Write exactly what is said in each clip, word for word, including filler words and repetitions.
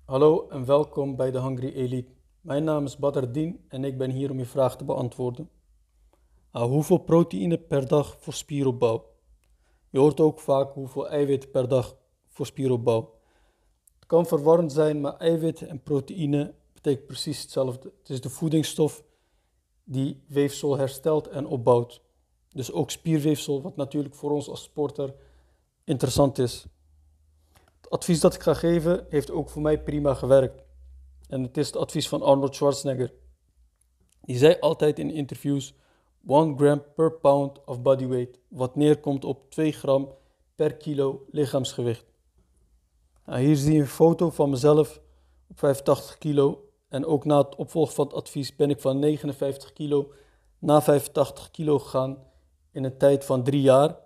Hallo en welkom bij de Hungry Elite. Mijn naam is Badardin en ik ben hier om je vraag te beantwoorden. Nou, hoeveel proteïne per dag voor spieropbouw? Je hoort ook vaak hoeveel eiwitten per dag voor spieropbouw. Het kan verwarrend zijn, maar eiwitten en proteïne betekent precies hetzelfde. Het is de voedingsstof die weefsel herstelt en opbouwt. Dus ook spierweefsel, wat natuurlijk voor ons als sporter interessant is. Het advies dat ik ga geven heeft ook voor mij prima gewerkt. En het is het advies van Arnold Schwarzenegger. Die zei altijd in interviews one gram per pound of body weight, wat neerkomt op twee gram per kilo lichaamsgewicht. Nou, hier zie je een foto van mezelf op vijfentachtig kilo. En ook na het opvolgen van het advies ben ik van negenenvijftig kilo naar vijfentachtig kilo gegaan in een tijd van drie jaar.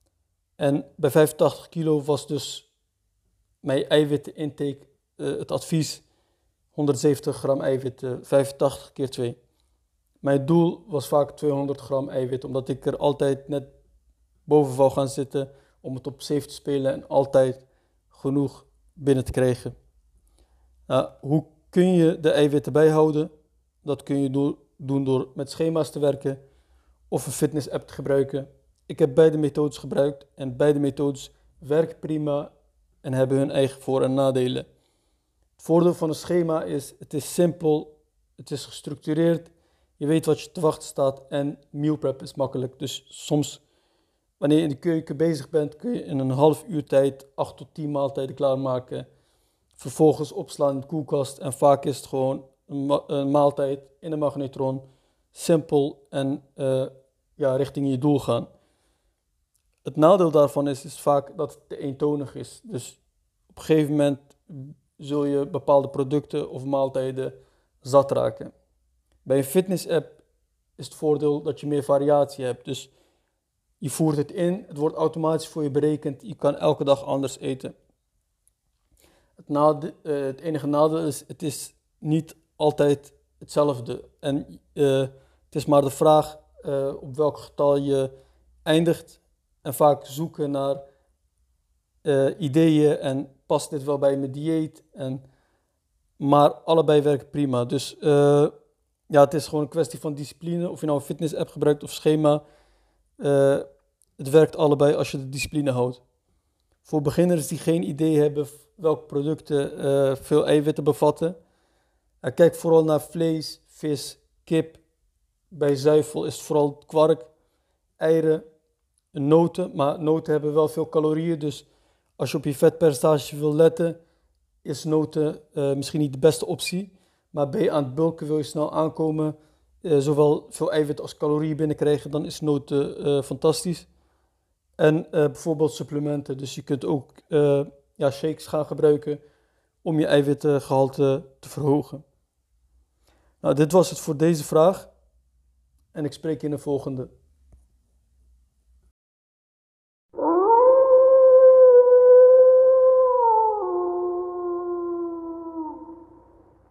En bij vijfentachtig kilo was dus mijn eiwittenintake, uh, het advies, honderdzeventig gram eiwitten, vijfentachtig keer twee. Mijn doel was vaak tweehonderd gram eiwit, omdat ik er altijd net boven wou gaan zitten om het op safe te spelen en altijd genoeg binnen te krijgen. Nou, hoe kun je de eiwitten bijhouden? Dat kun je do- doen door met schema's te werken of een fitness app te gebruiken. Ik heb beide methodes gebruikt en beide methodes werken prima en hebben hun eigen voor- en nadelen. Het voordeel van een schema is, het is simpel, het is gestructureerd, je weet wat je te wachten staat en meal prep is makkelijk. Dus soms, wanneer je in de keuken bezig bent, kun je in een half uur tijd acht tot tien maaltijden klaarmaken. Vervolgens opslaan in de koelkast en vaak is het gewoon een, ma- een maaltijd in een magnetron. Simpel en uh, ja, richting je doel gaan. Het nadeel daarvan is, is vaak dat het te eentonig is. Dus op een gegeven moment zul je bepaalde producten of maaltijden zat raken. Bij een fitness app is het voordeel dat je meer variatie hebt. Dus je voert het in, het wordt automatisch voor je berekend. Je kan elke dag anders eten. Het, nade- uh, het enige nadeel is, het is niet altijd hetzelfde. En uh, het is maar de vraag uh, op welk getal je eindigt. En vaak zoeken naar uh, ideeën en past dit wel bij mijn dieet. En, maar allebei werken prima. Dus uh, ja, het is gewoon een kwestie van discipline. Of je nou een fitness app gebruikt of schema. Uh, het werkt allebei als je de discipline houdt. Voor beginners die geen idee hebben welke producten uh, veel eiwitten bevatten. Uh, kijk vooral naar vlees, vis, kip. Bij zuivel is het vooral kwark, eieren, noten. Maar noten hebben wel veel calorieën. Dus als je op je vetpercentage wil letten, is noten uh, misschien niet de beste optie. Maar ben je aan het bulken, wil je snel aankomen, uh, zowel veel eiwit als calorieën binnenkrijgen, dan is noten uh, fantastisch. En uh, bijvoorbeeld supplementen. Dus je kunt ook uh, ja, shakes gaan gebruiken om je eiwittengehalte te verhogen. Nou, dit was het voor deze vraag. En ik spreek je in de volgende.